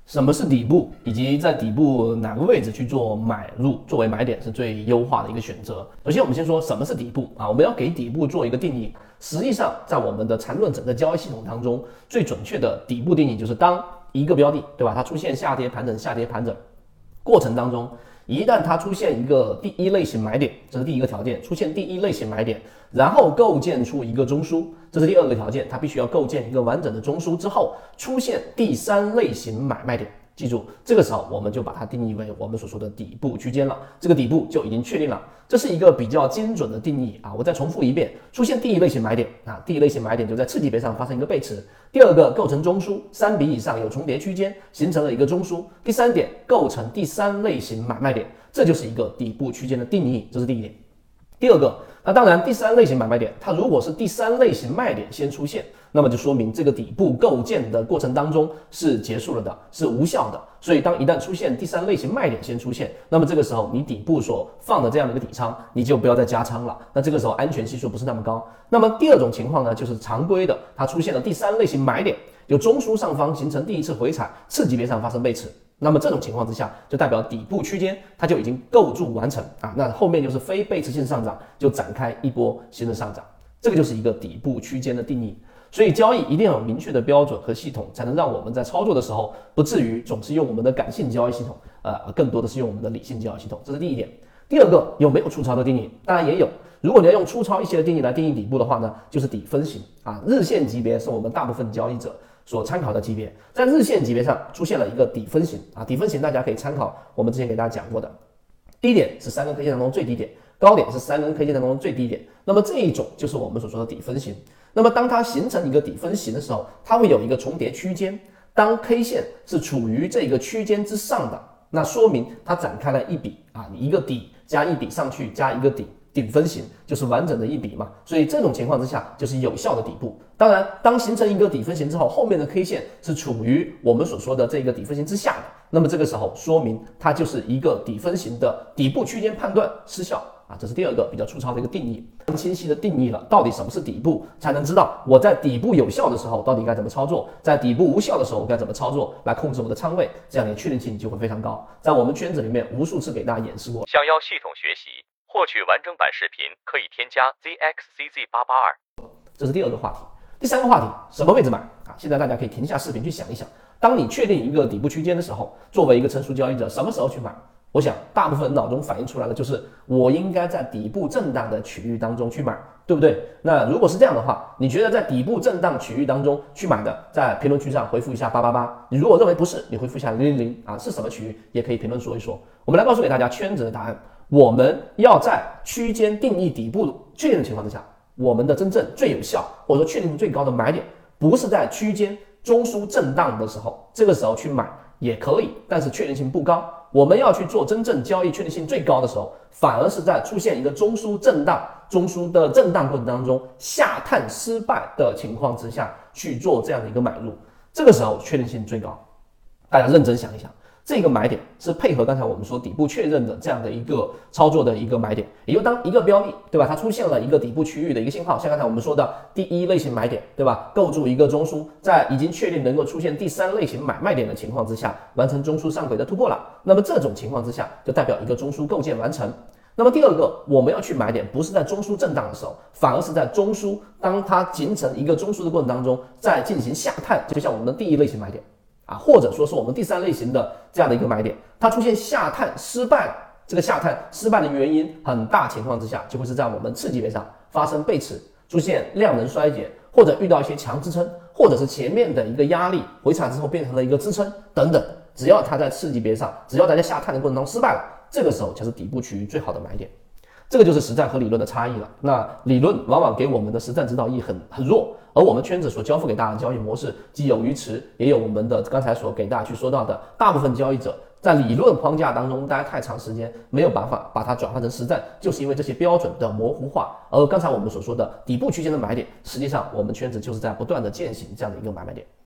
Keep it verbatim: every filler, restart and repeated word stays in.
什么是底部，以及在底部哪个位置去做买入作为买点是最优化的一个选择。首先我们先说什么是底部啊，我们要给底部做一个定义。实际上在我们的缠论整个交易系统当中，最准确的底部定义就是当一个标的，对吧，它出现下跌盘整下跌盘整过程当中，一旦它出现一个第一类型买点，这是第一个条件，出现第一类型买点，然后构建出一个中枢，这是第二个条件，它必须要构建一个完整的中枢之后，出现第三类型买卖点。记住，这个时候我们就把它定义为我们所说的底部区间了，这个底部就已经确定了，这是一个比较精准的定义啊。我再重复一遍，出现第一类型买点啊，第一类型买点就在次级别上发生一个背驰，第二个构成中枢，三笔以上有重叠区间，形成了一个中枢，第三点构成第三类型买卖点，这就是一个底部区间的定义，这是第一点。第二个，那当然第三类型买卖点，它如果是第三类型卖点先出现，那么就说明这个底部构建的过程当中是结束了的，是无效的。所以当一旦出现第三类型卖点先出现，那么这个时候你底部所放的这样的一个底仓，你就不要再加仓了，那这个时候安全系数不是那么高。那么第二种情况呢，就是常规的，它出现了第三类型买点，有中枢上方形成第一次回踩，次级别上发生背驰。那么这种情况之下，就代表底部区间它就已经构筑完成啊，那后面就是非背驰性上涨，就展开一波新的上涨，这个就是一个底部区间的定义。所以交易一定要有明确的标准和系统，才能让我们在操作的时候不至于总是用我们的感性交易系统，呃，更多的是用我们的理性交易系统，这是第一点。第二个，有没有粗糙的定义？当然也有。如果你要用粗糙一些的定义来定义底部的话呢，就是底分型啊，日线级别是我们大部分交易者所参考的级别，在日线级别上出现了一个底分型啊，底分型大家可以参考我们之前给大家讲过的，低点是三根 K 线当中最低点，高点是三根 K 线当中最低点，那么这一种就是我们所说的底分型。那么当它形成一个底分型的时候，它会有一个重叠区间，当 K 线是处于这个区间之上的，那说明它展开了一笔啊，一个底加一笔上去加一个底，顶分型就是完整的一笔嘛，所以这种情况之下就是有效的底部。当然，当形成一个底分型之后，后面的 K 线是处于我们所说的这个底分型之下的，那么这个时候说明它就是一个底分型的底部区间判断失效啊，这是第二个比较粗糙的一个定义。更清晰的定义了到底什么是底部，才能知道我在底部有效的时候到底该怎么操作，在底部无效的时候我该怎么操作来控制我的仓位，这样你的确定性就会非常高。在我们圈子里面无数次给大家演示过。 想要系统学习获取完整版视频，可以添加 Z X C Z 八八二。 这是第二个话题。第三个话题，什么位置买啊？现在大家可以停下视频去想一想，当你确定一个底部区间的时候，作为一个成熟交易者，什么时候去买？我想大部分人脑中反映出来的就是我应该在底部震荡的区域当中去买，对不对？那如果是这样的话，你觉得在底部震荡区域当中去买的，在评论区上回复一下八八八。你如果认为不是，你回复一下零零零啊，是什么区域也可以评论说一说。我们来告诉给大家圈子的答案。我们要在区间定义底部确定的情况之下，我们的真正最有效或者说确定性最高的买点，不是在区间中枢震荡的时候，这个时候去买也可以，但是确定性不高。我们要去做真正交易确定性最高的时候，反而是在出现一个中枢震荡、中枢的震荡过程当中下探失败的情况之下去做这样的一个买入，这个时候确定性最高。大家认真想一想。这个买点是配合刚才我们说底部确认的这样的一个操作的一个买点，也就当一个标的，对吧？它出现了一个底部区域的一个信号，像刚才我们说的第一类型买点，对吧？构筑一个中枢，在已经确定能够出现第三类型买卖点的情况之下，完成中枢上轨的突破了。那么这种情况之下，就代表一个中枢构建完成。那么第二个，我们要去买点，不是在中枢震荡的时候，反而是在中枢当它形成一个中枢的过程当中，再进行下探，就像我们的第一类型买点。啊，或者说是我们第三类型的这样的一个买点，它出现下探失败，这个下探失败的原因，很大情况之下就会是在我们次级别上发生背驰，出现量能衰竭，或者遇到一些强支撑，或者是前面的一个压力回踩之后变成了一个支撑等等，只要它在次级别上，只要大家下探的过程当中失败了，这个时候就是底部区域最好的买点。这个就是实战和理论的差异了。那理论往往给我们的实战指导意义很很弱，而我们圈子所交付给大家的交易模式，既有鱼池，也有我们的刚才所给大家去说到的，大部分交易者在理论框架当中待太长时间，没有办法把它转换成实战，就是因为这些标准的模糊化。而刚才我们所说的底部区间的买点，实际上我们圈子就是在不断的践行这样的一个买卖点。